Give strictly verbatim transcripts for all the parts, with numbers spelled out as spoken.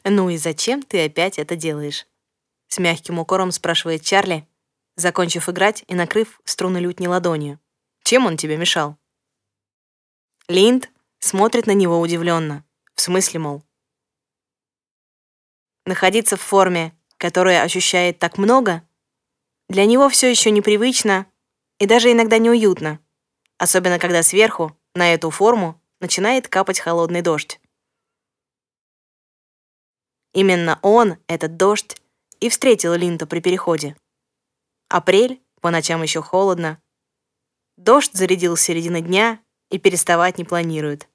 «Ну и зачем ты опять это делаешь?» С мягким укором спрашивает Чарли, закончив играть и накрыв струны лютни ладонью. «Чем он тебе мешал?» Линд смотрит на него удивленно. В смысле, мол? Находиться в форме, которая ощущает так много, для него все еще непривычно и даже иногда неуютно, особенно когда сверху, на эту форму, начинает капать холодный дождь. Именно он, этот дождь, и встретил Линда при переходе. Апрель, по ночам еще холодно. Дождь зарядил с середины дня и переставать не планирует.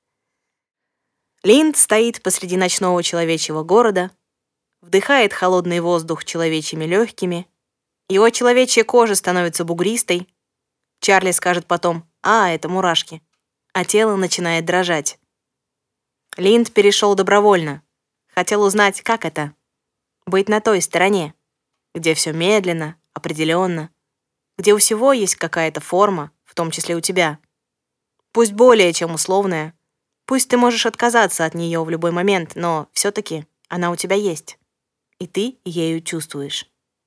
Линд стоит посреди ночного человечьего города, вдыхает холодный воздух человечьими легкими, его человечья кожа становится бугристой. Чарли скажет потом: «А, это мурашки», а тело начинает дрожать. Линд перешел добровольно, хотел узнать, как это — быть на той стороне, где все медленно, определенно, где у всего есть какая-то форма, в том числе у тебя. Пусть более чем условная, пусть ты можешь отказаться от нее в любой момент, но все-таки она у тебя есть, и ты ею чувствуешь.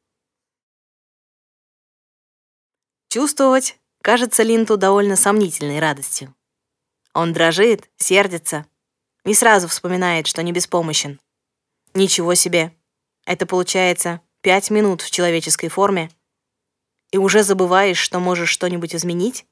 Чувствовать кажется Линду довольно сомнительной радостью. Он дрожит, сердится, не сразу вспоминает, что не беспомощен. Ничего себе, это получается пять минут в человеческой форме, и уже забываешь, что можешь что-нибудь изменить?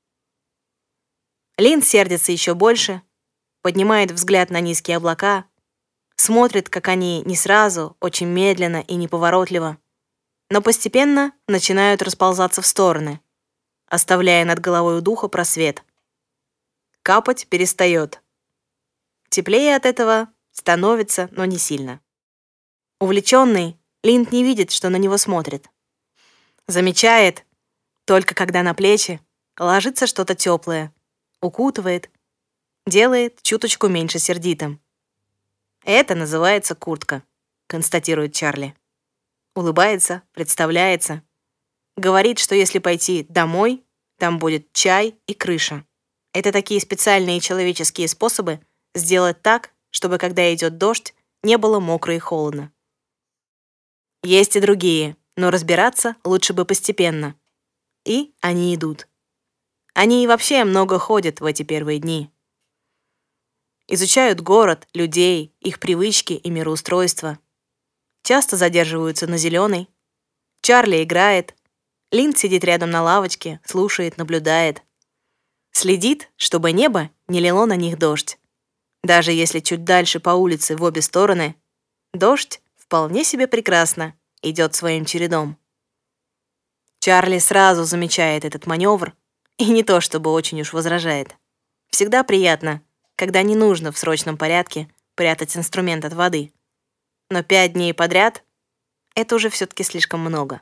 Линд сердится еще больше, поднимает взгляд на низкие облака, смотрит, как они не сразу, очень медленно и неповоротливо, но постепенно начинают расползаться в стороны, оставляя над головой у духа просвет. Капать перестает. Теплее от этого становится, но не сильно. Увлеченный, Линд не видит, что на него смотрит. Замечает, только когда на плечи ложится что-то теплое, укутывает, делает чуточку меньше сердитым. «Это называется куртка», — констатирует Чарли. Улыбается, представляется. Говорит, что если пойти домой, там будет чай и крыша. Это такие специальные человеческие способы сделать так, чтобы, когда идет дождь, не было мокро и холодно. Есть и другие, но разбираться лучше бы постепенно. И они идут. Они и вообще много ходят в эти первые дни. Изучают город, людей, их привычки и мироустройство. Часто задерживаются на зеленой. Чарли играет. Линд сидит рядом на лавочке, слушает, наблюдает. Следит, чтобы небо не лило на них дождь. Даже если чуть дальше по улице в обе стороны, дождь вполне себе прекрасно идет своим чередом. Чарли сразу замечает этот маневр и не то чтобы очень уж возражает. Всегда приятно, когда не нужно в срочном порядке прятать инструмент от воды. Но пять дней подряд — это уже все-таки слишком много.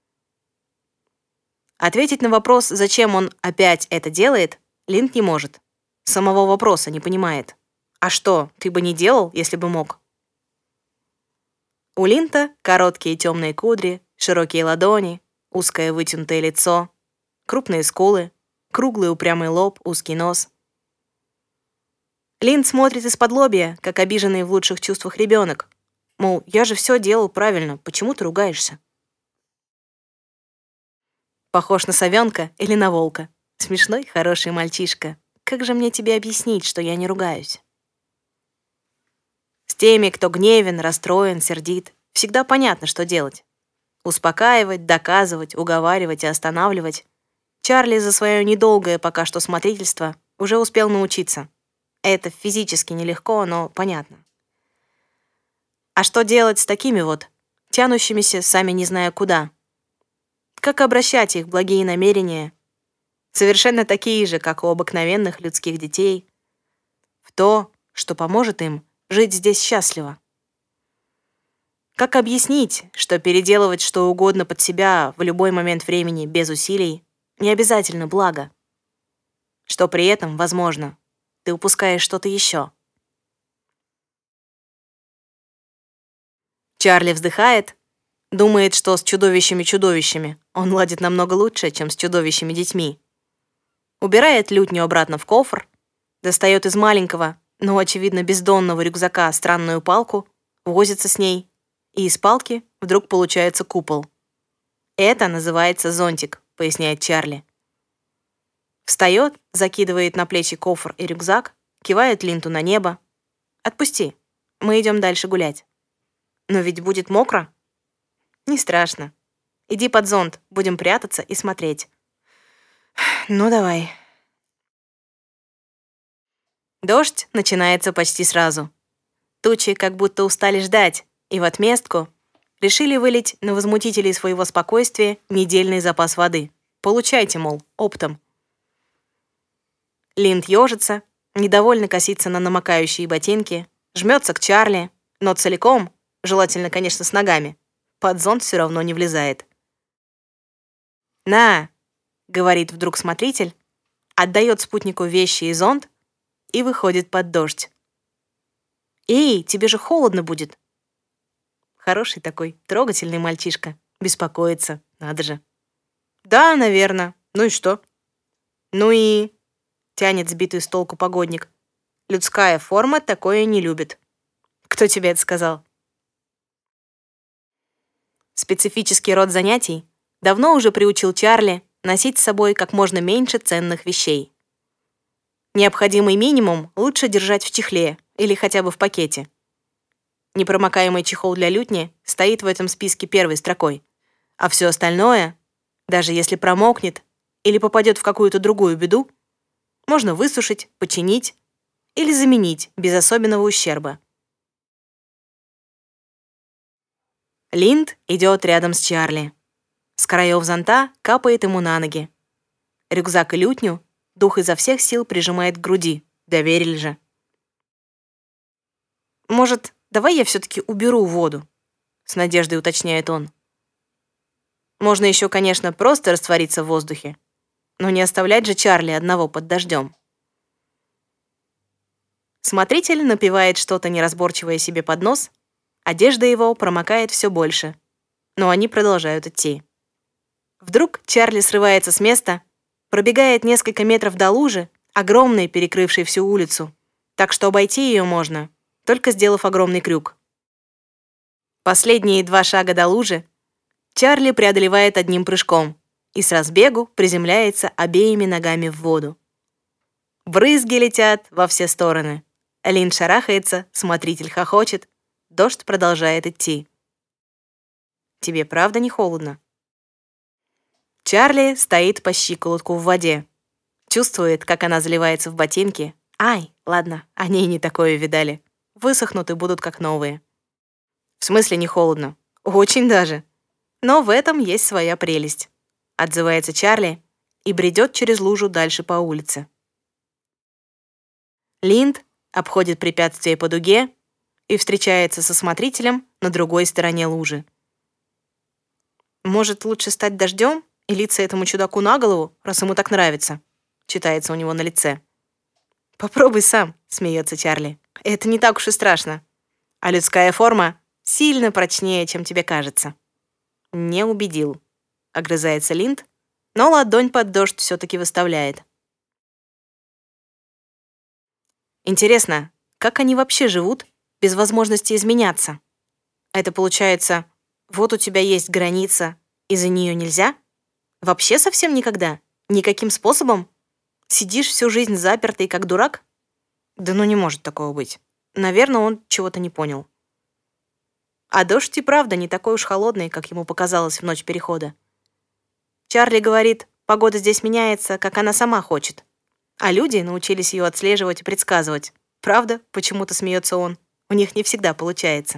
Ответить на вопрос, зачем он опять это делает, Линд не может. Самого вопроса не понимает. А что, ты бы не делал, если бы мог? У Линда короткие темные кудри, широкие ладони, узкое вытянутое лицо, крупные скулы, круглый упрямый лоб, узкий нос. Линд смотрит из-под лобья, как обиженный в лучших чувствах ребенок. Мол, я же все делал правильно, почему ты ругаешься? Похож на совенка или на волка. Смешной, хороший мальчишка. Как же мне тебе объяснить, что я не ругаюсь? С теми, кто гневен, расстроен, сердит, всегда понятно, что делать. Успокаивать, доказывать, уговаривать и останавливать. Чарли за свое недолгое пока что смотрительство уже успел научиться. Это физически нелегко, но понятно. А что делать с такими вот, тянущимися сами не зная куда? Как обращать их благие намерения, совершенно такие же, как у обыкновенных людских детей, в то, что поможет им жить здесь счастливо? Как объяснить, что переделывать что угодно под себя в любой момент времени без усилий не обязательно благо? Что при этом, возможно, ты упускаешь что-то еще? Чарли вздыхает, думает, что с чудовищами-чудовищами он ладит намного лучше, чем с чудовищами-детьми. Убирает лютню обратно в кофр, достает из маленького, но, очевидно, бездонного рюкзака странную палку возится с ней, и из палки вдруг получается купол. «Это называется зонтик», — поясняет Чарли. Встает, закидывает на плечи кофр и рюкзак, кивает Линту на небо. «Отпусти, мы идем дальше гулять». «Но ведь будет мокро». «Не страшно. Иди под зонт, будем прятаться и смотреть». «Ну, давай». Дождь начинается почти сразу. Тучи как будто устали ждать, и в отместку решили вылить на возмутителей своего спокойствия недельный запас воды. Получайте, мол, оптом. Линд ежится, недовольно косится на намокающие ботинки, жмется к Чарли, но целиком, желательно, конечно, с ногами, под зонт все равно не влезает. «На!» — говорит вдруг смотритель, отдает спутнику вещи и зонт и выходит под дождь. «Эй, тебе же холодно будет!» Хороший такой, трогательный мальчишка. Беспокоится, надо же. «Да, наверное. Ну и что?» «Ну и...» — тянет сбитый с толку погодник. «Людская форма такое не любит». «Кто тебе это сказал?» Специфический род занятий давно уже приучил Чарли носить с собой как можно меньше ценных вещей. Необходимый минимум лучше держать в чехле или хотя бы в пакете. Непромокаемый чехол для лютни стоит в этом списке первой строкой, а все остальное, даже если промокнет или попадет в какую-то другую беду, можно высушить, починить или заменить без особенного ущерба. Линд идет рядом с Чарли. С краев зонта капает ему на ноги. Рюкзак и лютню дух изо всех сил прижимает к груди. Доверили же. «Может, давай я все-таки уберу воду?» — с надеждой уточняет он. Можно еще, конечно, просто раствориться в воздухе, но не оставлять же Чарли одного под дождем. Смотритель напевает что-то неразборчивое себе под нос, одежда его промокает все больше, но они продолжают идти. Вдруг Чарли срывается с места, пробегает несколько метров до лужи, огромной, перекрывшей всю улицу, так что обойти ее можно, только сделав огромный крюк. Последние два шага до лужи Чарли преодолевает одним прыжком и с разбегу приземляется обеими ногами в воду. Брызги летят во все стороны. Линд шарахается, смотритель хохочет, дождь продолжает идти. «Тебе правда не холодно?» Чарли стоит по щиколотку в воде. Чувствует, как она заливается в ботинки. Ай, ладно, они и не такое видали. Высохнут и будут как новые. В смысле не холодно? Очень даже. Но в этом есть своя прелесть. Отзывается Чарли и бредет через лужу дальше по улице. Линд обходит препятствие по дуге и встречается со смотрителем на другой стороне лужи. «Может, лучше стать дождем и литься этому чудаку на голову, раз ему так нравится?» Читается у него на лице. «Попробуй сам», — смеется Чарли. «Это не так уж и страшно. А людская форма сильно прочнее, чем тебе кажется». «Не убедил», — огрызается Линд, но ладонь под дождь все-таки выставляет. Интересно, как они вообще живут без возможности изменяться? Это получается, вот у тебя есть граница, и за нее нельзя? Вообще совсем никогда? Никаким способом? Сидишь всю жизнь запертый, как дурак? Да ну не может такого быть. Наверное, он чего-то не понял. А дождь и правда не такой уж холодный, как ему показалось в ночь перехода. Чарли говорит, погода здесь меняется, как она сама хочет. А люди научились ее отслеживать и предсказывать. Правда, почему-то смеется он. У них не всегда получается.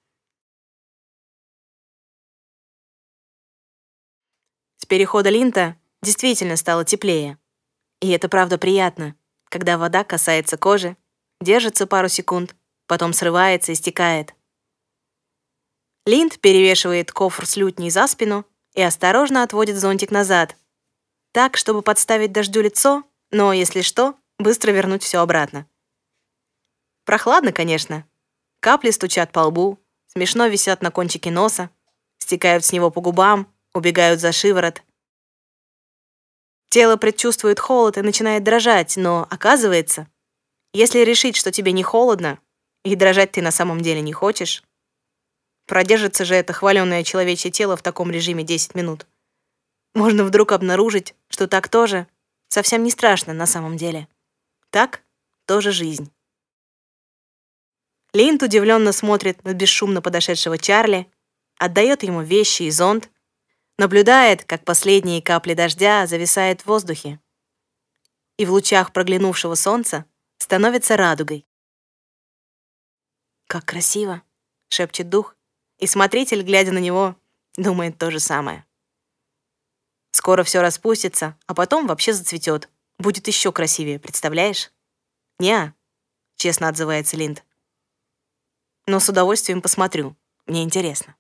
С перехода Линта действительно стало теплее. И это правда приятно, когда вода касается кожи, держится пару секунд, потом срывается и стекает. Линд перевешивает кофр с лютней за спину и осторожно отводит зонтик назад, так, чтобы подставить дождю лицо, но, если что, быстро вернуть все обратно. Прохладно, конечно. Капли стучат по лбу, смешно висят на кончике носа, стекают с него по губам, убегают за шиворот. Тело предчувствует холод и начинает дрожать, но, оказывается, если решить, что тебе не холодно, и дрожать ты на самом деле не хочешь, Продержится же это хваленое человечье тело в таком режиме десять минут. Можно вдруг обнаружить, что так тоже совсем не страшно на самом деле. Так тоже жизнь. Линд удивленно смотрит на бесшумно подошедшего Чарли, отдает ему вещи и зонт, наблюдает, как последние капли дождя зависают в воздухе и в лучах проглянувшего солнца становится радугой. «Как красиво!» — шепчет дух, и смотритель, глядя на него, думает то же самое. Скоро все распустится, а потом вообще зацветет. Будет еще красивее, представляешь? «Не-а», — честно отзывается Линд. «Но с удовольствием посмотрю. Мне интересно».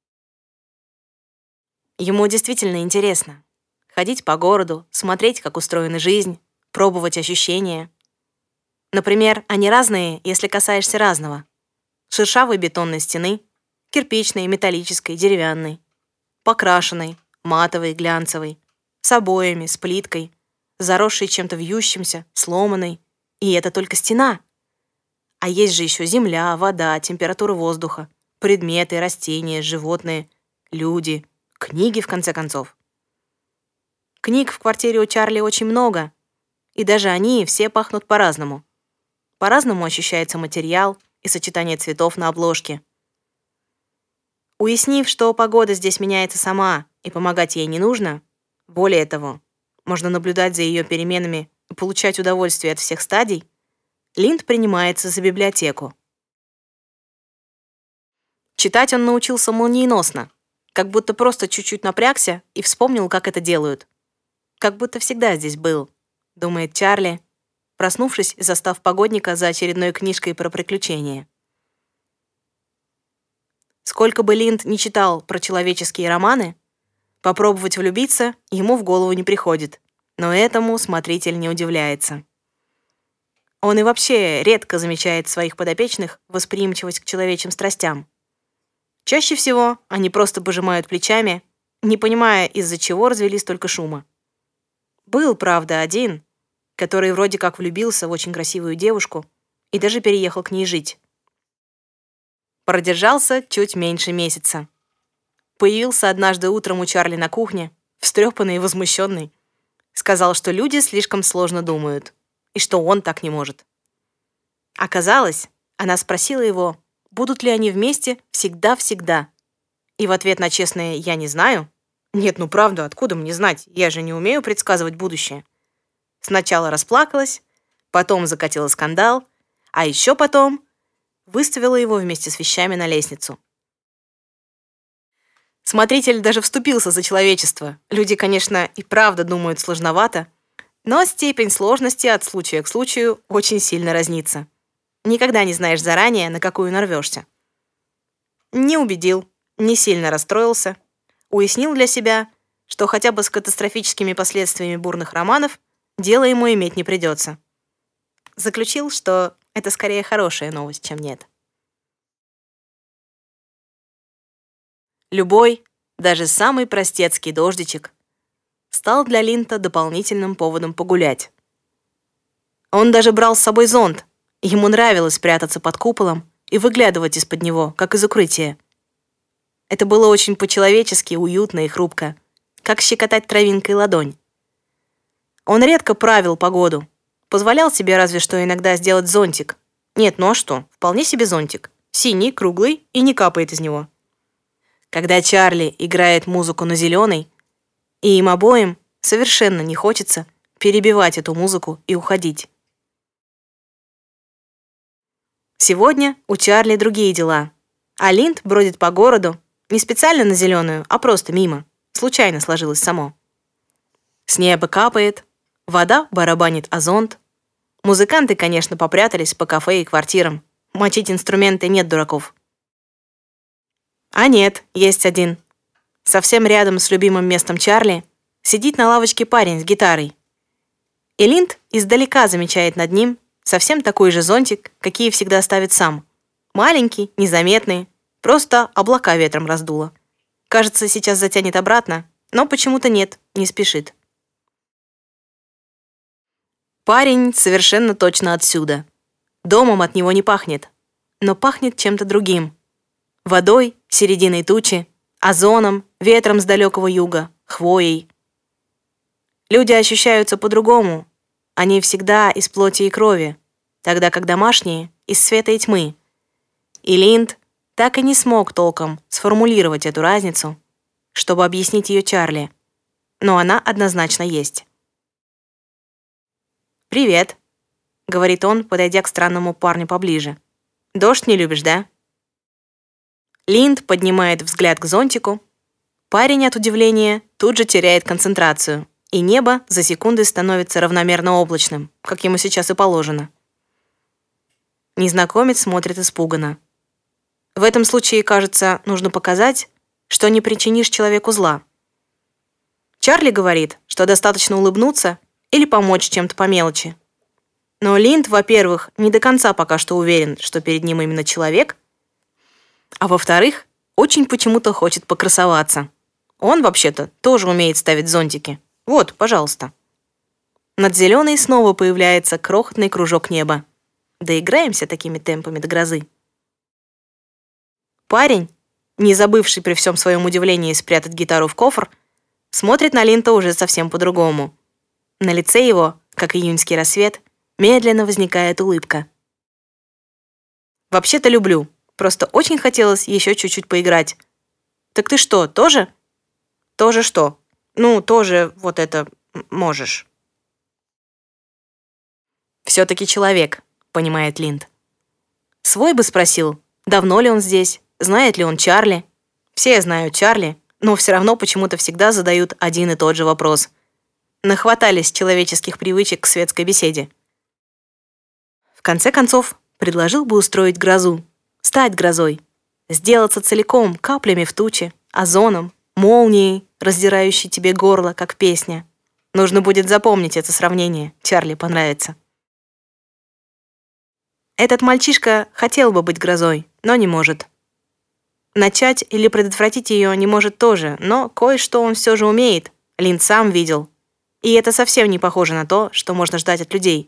Ему действительно интересно. Ходить по городу, смотреть, как устроена жизнь, пробовать ощущения. Например, они разные, если касаешься разного. Шершавой бетонной стены, кирпичной, металлической, деревянной, покрашенной, матовой, глянцевой, с обоями, с плиткой, заросшей чем-то вьющимся, сломанной. И это только стена. А есть же еще земля, вода, температура воздуха, предметы, растения, животные, люди, книги, в конце концов. Книг в квартире у Чарли очень много, и даже они все пахнут по-разному. По-разному ощущается материал и сочетание цветов на обложке. Уяснив, что погода здесь меняется сама и помогать ей не нужно, более того, можно наблюдать за ее переменами и получать удовольствие от всех стадий, Линд принимается за библиотеку. Читать он научился молниеносно, как будто просто чуть-чуть напрягся и вспомнил, как это делают. Как будто всегда здесь был, думает Чарли, проснувшись и застав погодника за очередной книжкой про приключения. Сколько бы Линд ни читал про человеческие романы, попробовать влюбиться ему в голову не приходит, но этому смотритель не удивляется. Он и вообще редко замечает в своих подопечных восприимчивость к человечьим страстям. Чаще всего они просто пожимают плечами, не понимая, из-за чего развели столько шума. Был, правда, один, который вроде как влюбился в очень красивую девушку и даже переехал к ней жить. Продержался чуть меньше месяца. Появился однажды утром у Чарли на кухне, встрепанный и возмущенный. Сказал, что люди слишком сложно думают, и что он так не может. Оказалось, она спросила его, будут ли они вместе всегда-всегда. И в ответ на честное «я не знаю», «нет, ну правда, откуда мне знать, я же не умею предсказывать будущее», сначала расплакалась, потом закатила скандал, а еще потом выставила его вместе с вещами на лестницу. Смотритель даже вступился за человечество. Люди, конечно, и правда думают сложновато, но степень сложности от случая к случаю очень сильно разнится. Никогда не знаешь заранее, на какую нарвешься. Не убедил, не сильно расстроился, уяснил для себя, что хотя бы с катастрофическими последствиями бурных романов дело ему иметь не придется. Заключил, что это скорее хорошая новость, чем нет. Любой, даже самый простецкий дождичек стал для Линда дополнительным поводом погулять. Он даже брал с собой зонт. Ему нравилось прятаться под куполом и выглядывать из-под него, как из укрытия. Это было очень по-человечески уютно и хрупко, как щекотать травинкой ладонь. Он редко правил погоду, позволял себе разве что иногда сделать зонтик. Нет, ну а что, вполне себе зонтик. Синий, круглый и не капает из него. Когда Чарли играет музыку на зеленой, и им обоим совершенно не хочется перебивать эту музыку и уходить. Сегодня у Чарли другие дела, а Линд бродит по городу не специально на зеленую, а просто мимо. Случайно сложилось само. С неба капает, вода барабанит о зонт. Музыканты, конечно, попрятались по кафе и квартирам. Мочить инструменты нет дураков. А нет, есть один. Совсем рядом с любимым местом Чарли сидит на лавочке парень с гитарой. И Линд издалека замечает над ним совсем такой же зонтик, какие всегда ставит сам. Маленький, незаметный, просто облака ветром раздуло. Кажется, сейчас затянет обратно, но почему-то нет, не спешит. Парень совершенно точно отсюда. Домом от него не пахнет, но пахнет чем-то другим. Водой, серединой тучи, озоном, ветром с далекого юга, хвоей. Люди ощущаются по-другому. Они всегда из плоти и крови, тогда как домашние — из света и тьмы. И Линд так и не смог толком сформулировать эту разницу, чтобы объяснить ее Чарли, но она однозначно есть. «Привет», — говорит он, подойдя к странному парню поближе. «Дождь не любишь, да?» Линд поднимает взгляд к зонтику. Парень от удивления тут же теряет концентрацию, и небо за секунды становится равномерно облачным, как ему сейчас и положено. Незнакомец смотрит испуганно. В этом случае, кажется, нужно показать, что не причинишь человеку зла. Чарли говорит, что достаточно улыбнуться или помочь чем-то по мелочи. Но Линд, во-первых, не до конца пока что уверен, что перед ним именно человек, а во-вторых, очень почему-то хочет покрасоваться. Он, вообще-то, тоже умеет ставить зонтики. Вот, пожалуйста. Над зеленой снова появляется крохотный кружок неба. Доиграемся такими темпами до грозы. Парень, не забывший при всем своем удивлении спрятать гитару в кофр, смотрит на Линда уже совсем по-другому. На лице его, как июньский рассвет, медленно возникает улыбка. «Вообще-то люблю. Просто очень хотелось еще чуть-чуть поиграть. Так ты что, тоже?» «Тоже что? Ну, тоже вот это можешь». «Все-таки человек», — понимает Линд. Свой бы спросил, давно ли он здесь, знает ли он Чарли. Все знают Чарли, но все равно почему-то всегда задают один и тот же вопрос. Нахватались человеческих привычек к светской беседе. В конце концов, предложил бы устроить грозу, стать грозой, сделаться целиком каплями в туче, озоном, молнией, раздирающей тебе горло, как песня. Нужно будет запомнить это сравнение, Чарли понравится. Этот мальчишка хотел бы быть грозой, но не может. Начать или предотвратить ее не может тоже, но кое-что он все же умеет, Линд сам видел. И это совсем не похоже на то, что можно ждать от людей.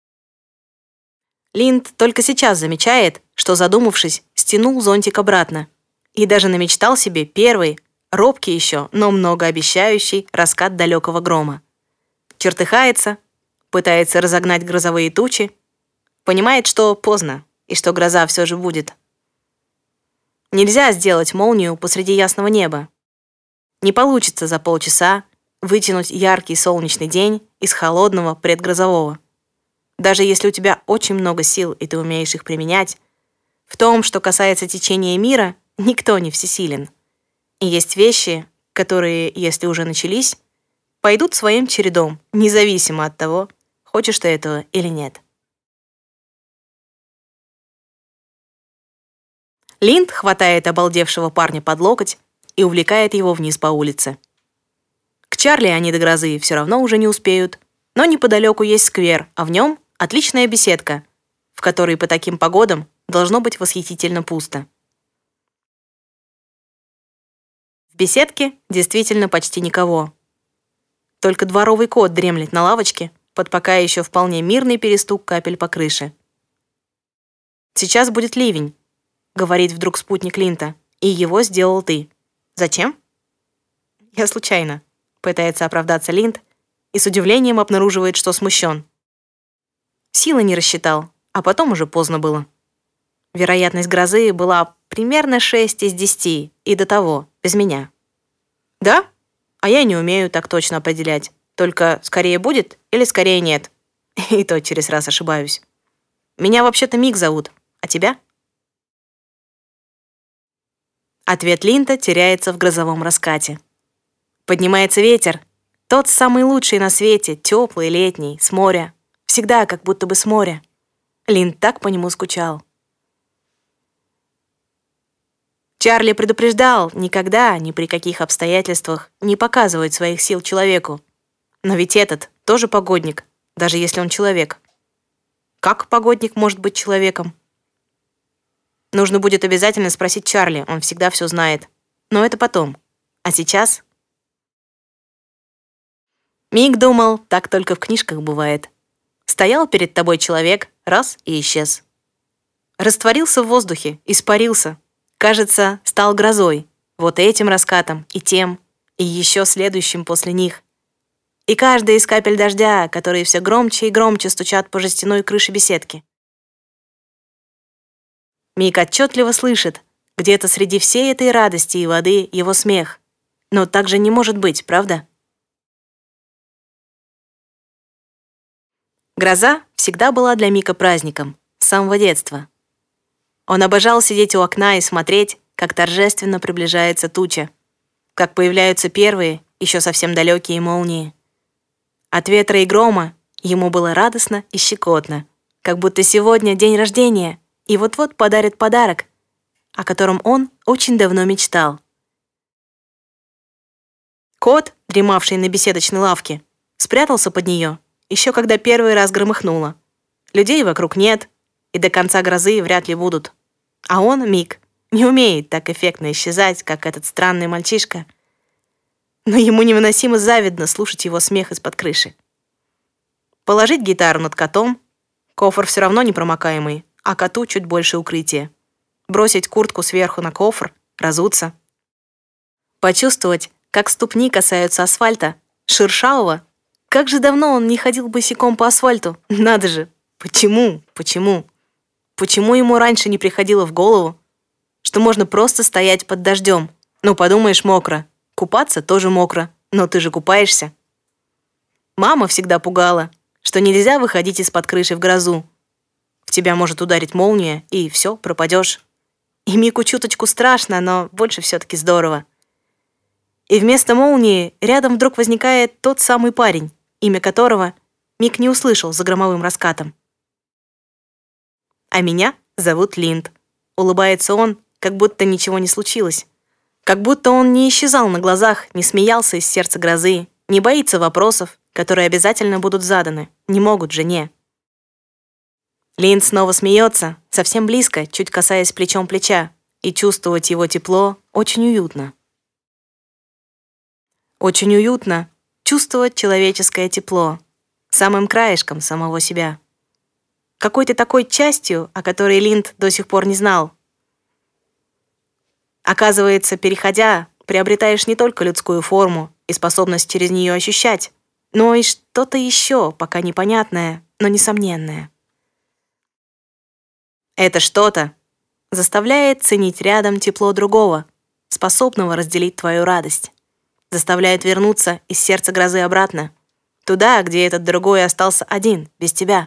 Линд только сейчас замечает, что, задумавшись, стянул зонтик обратно и даже намечтал себе первый, робкий еще, но многообещающий раскат далекого грома. Чертыхается, пытается разогнать грозовые тучи, понимает, что поздно и что гроза все же будет. Нельзя сделать молнию посреди ясного неба. Не получится за полчаса вытянуть яркий солнечный день из холодного предгрозового. Даже если у тебя очень много сил и ты умеешь их применять, в том, что касается течения мира, никто не всесилен. И есть вещи, которые, если уже начались, пойдут своим чередом, независимо от того, хочешь ты этого или нет. Линд хватает обалдевшего парня под локоть и увлекает его вниз по улице. К Чарли они до грозы все равно уже не успеют, но неподалеку есть сквер, а в нем отличная беседка, в которой по таким погодам должно быть восхитительно пусто. В беседке действительно почти никого. Только дворовый кот дремлет на лавочке под пока еще вполне мирный перестук капель по крыше. «Сейчас будет ливень», — говорит вдруг спутник Линда, — «и его сделал ты». «Зачем?» «Я случайно», — пытается оправдаться Линд и с удивлением обнаруживает, что смущен. Силы не рассчитал, а потом уже поздно было. Вероятность грозы была примерно шесть из десяти, и до того, без меня. «Да? А я не умею так точно определять. Только скорее будет или скорее нет. И то через раз ошибаюсь. Меня вообще-то Мик зовут, а тебя?» Ответ Линда теряется в грозовом раскате. Поднимается ветер, тот самый лучший на свете, теплый, летний, с моря. Всегда как будто бы с моря. Линд так по нему скучал. Чарли предупреждал никогда, ни при каких обстоятельствах не показывать своих сил человеку. Но ведь этот тоже погодник, даже если он человек. Как погодник может быть человеком? Нужно будет обязательно спросить Чарли, он всегда все знает. Но это потом. А сейчас? Мик думал, так только в книжках бывает. Стоял перед тобой человек, раз и исчез. Растворился в воздухе, испарился, Кажется, стал грозой. Вот этим раскатом, и тем, и еще следующим после них. И каждая из капель дождя, которые все громче и громче стучат по жестяной крыше беседки. Мик отчетливо слышит, где-то среди всей этой радости и воды его смех. Но так же не может быть, правда? Гроза всегда была для Мика праздником, с самого детства. Он обожал сидеть у окна и смотреть, как торжественно приближается туча, как появляются первые, еще совсем далекие молнии. От ветра и грома ему было радостно и щекотно, как будто сегодня день рождения, и вот-вот подарит подарок, о котором он очень давно мечтал. Кот, дремавший на беседочной лавке, спрятался под нее, еще когда первый раз громыхнуло. Людей вокруг нет, и до конца грозы вряд ли будут. А он, Мик, не умеет так эффектно исчезать, как этот странный мальчишка. Но ему невыносимо завидно слушать его смех из-под крыши. Положить гитару над котом, кофр все равно непромокаемый, а коту чуть больше укрытия. Бросить куртку сверху на кофр, разуться. Почувствовать, как ступни касаются асфальта, шершавого. Как же давно он не ходил босиком по асфальту? Надо же! Почему? Почему? Почему ему раньше не приходило в голову, что можно просто стоять под дождем? Ну, подумаешь, мокро. Купаться тоже мокро, но ты же купаешься. Мама всегда пугала, что нельзя выходить из-под крыши в грозу. В тебя может ударить молния, и все, пропадешь. И Мику чуточку страшно, но больше все-таки здорово. И вместо молнии рядом вдруг возникает тот самый парень, имя которого Мик не услышал за громовым раскатом. «А меня зовут Линд», — улыбается он, как будто ничего не случилось. Как будто он не исчезал на глазах, не смеялся из сердца грозы, не боится вопросов, которые обязательно будут заданы, не могут же не. Линд снова смеется, совсем близко, чуть касаясь плечом плеча, и чувствовать его тепло очень уютно. Очень уютно чувствовать человеческое тепло, самым краешком самого себя. Какой-то такой частью, о которой Линд до сих пор не знал. Оказывается, переходя, приобретаешь не только людскую форму и способность через нее ощущать, но и что-то еще, пока непонятное, но несомненное. Это что-то заставляет ценить рядом тепло другого, способного разделить твою радость. Заставляет вернуться из сердца грозы обратно, туда, где этот другой остался один, без тебя.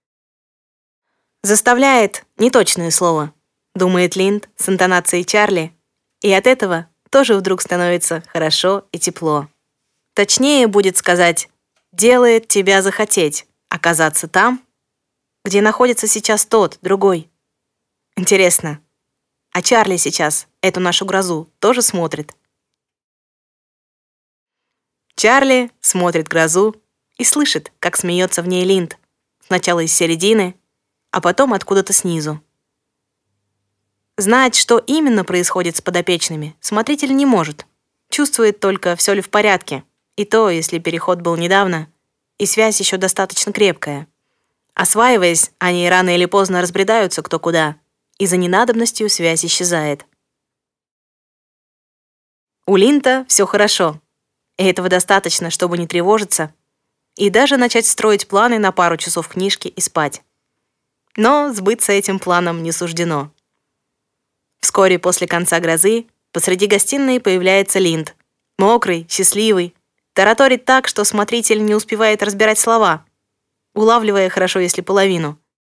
Заставляет — неточное слово, думает Линд с интонацией Чарли, и от этого тоже вдруг становится хорошо и тепло. Точнее будет сказать, делает тебя захотеть оказаться там, где находится сейчас тот, другой. Интересно, а Чарли сейчас эту нашу грозу тоже смотрит? Чарли смотрит грозу и слышит, как смеется в ней Линд, сначала из середины, а потом откуда-то снизу. Знать, что именно происходит с подопечными, смотритель не может. Чувствует только, все ли в порядке, и то, если переход был недавно, и связь еще достаточно крепкая. Осваиваясь, они рано или поздно разбредаются кто куда, и за ненадобностью связь исчезает. У Линда все хорошо, и этого достаточно, чтобы не тревожиться, и даже начать строить планы на пару часов книжки и спать. Но сбыться этим планом не суждено. Вскоре после конца грозы посреди гостиной появляется Линд, мокрый, счастливый, тараторит так, что смотритель не успевает разбирать слова, улавливая хорошо, если половину.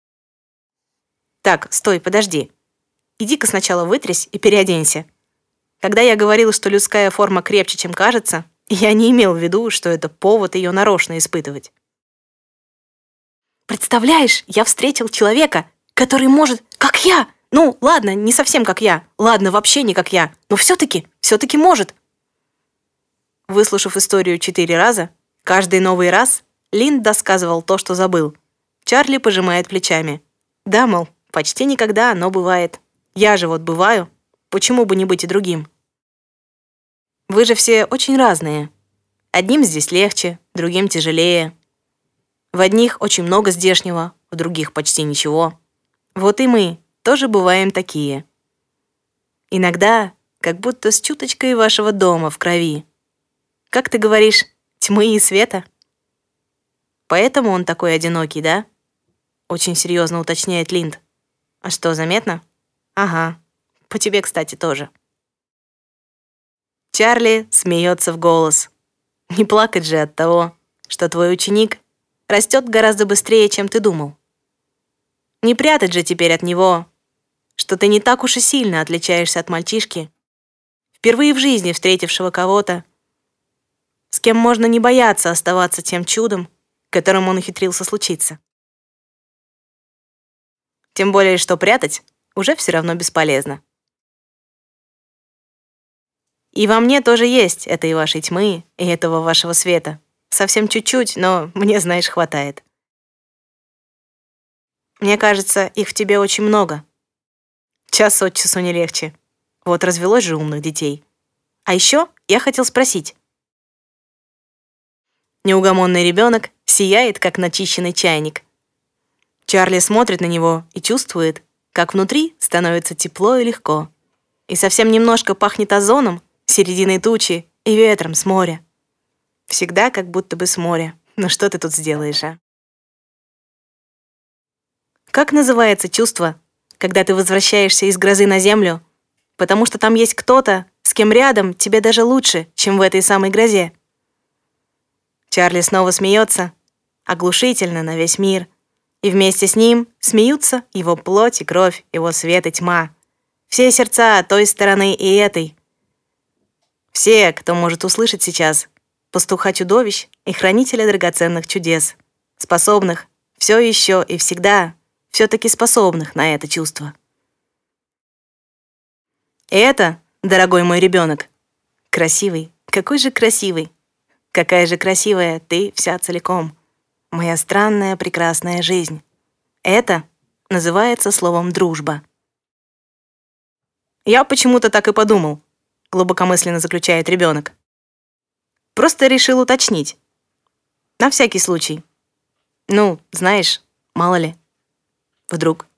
«Так, стой, подожди. Иди-ка сначала вытрись и переоденься. Когда я говорил, что людская форма крепче, чем кажется, я не имел в виду, что это повод ее нарочно испытывать. Представляешь, я встретил человека, который может, как я. Ну, ладно, не совсем как я. Ладно, вообще не как я. Но все-таки, все-таки может». Выслушав историю четыре раза, каждый новый раз Линд досказывал то, что забыл. Чарли пожимает плечами. Да, мол, почти никогда, но бывает. Я же вот бываю. Почему бы не быть и другим? Вы же все очень разные. Одним здесь легче, другим тяжелее. В одних очень много здешнего, в других почти ничего. Вот и мы тоже бываем такие. Иногда как будто с чуточкой вашего дома в крови. Как ты говоришь, тьмы и света? Поэтому он такой одинокий, да? Очень серьезно уточняет Линд. А что, заметно? Ага. По тебе, кстати, тоже. Чарли смеется в голос. Не плакать же от того, что твой ученик растет гораздо быстрее, чем ты думал. Не прятать же теперь от него, что ты не так уж и сильно отличаешься от мальчишки, впервые в жизни встретившего кого-то, с кем можно не бояться оставаться тем чудом, которым он ухитрился случиться. Тем более, что прятать уже все равно бесполезно. И во мне тоже есть этой вашей тьмы и этого вашего света. Совсем чуть-чуть, но мне, знаешь, хватает. Мне кажется, их в тебе очень много. Час от часу не легче. Вот развелось же умных детей. А еще я хотел спросить. Неугомонный ребенок сияет, как начищенный чайник. Чарли смотрит на него и чувствует, как внутри становится тепло и легко. И совсем немножко пахнет озоном, серединой тучи и ветром с моря. Всегда как будто бы с моря. Ну что ты тут сделаешь, а? Как называется чувство, когда ты возвращаешься из грозы на землю, потому что там есть кто-то, с кем рядом тебе даже лучше, чем в этой самой грозе? Чарли снова смеется, оглушительно на весь мир, и вместе с ним смеются его плоть и кровь, его свет и тьма, все сердца той стороны и этой. Все, кто может услышать сейчас пастуха-чудовищ и хранителя драгоценных чудес, способных все еще и всегда, все-таки способных на это чувство. И это, дорогой мой ребенок, красивый, какой же красивый, какая же красивая ты вся целиком, моя странная прекрасная жизнь. Это называется словом «дружба». Я почему-то так и подумал, глубокомысленно заключает ребенок. Просто решил уточнить. На всякий случай. Ну, знаешь, мало ли. Вдруг.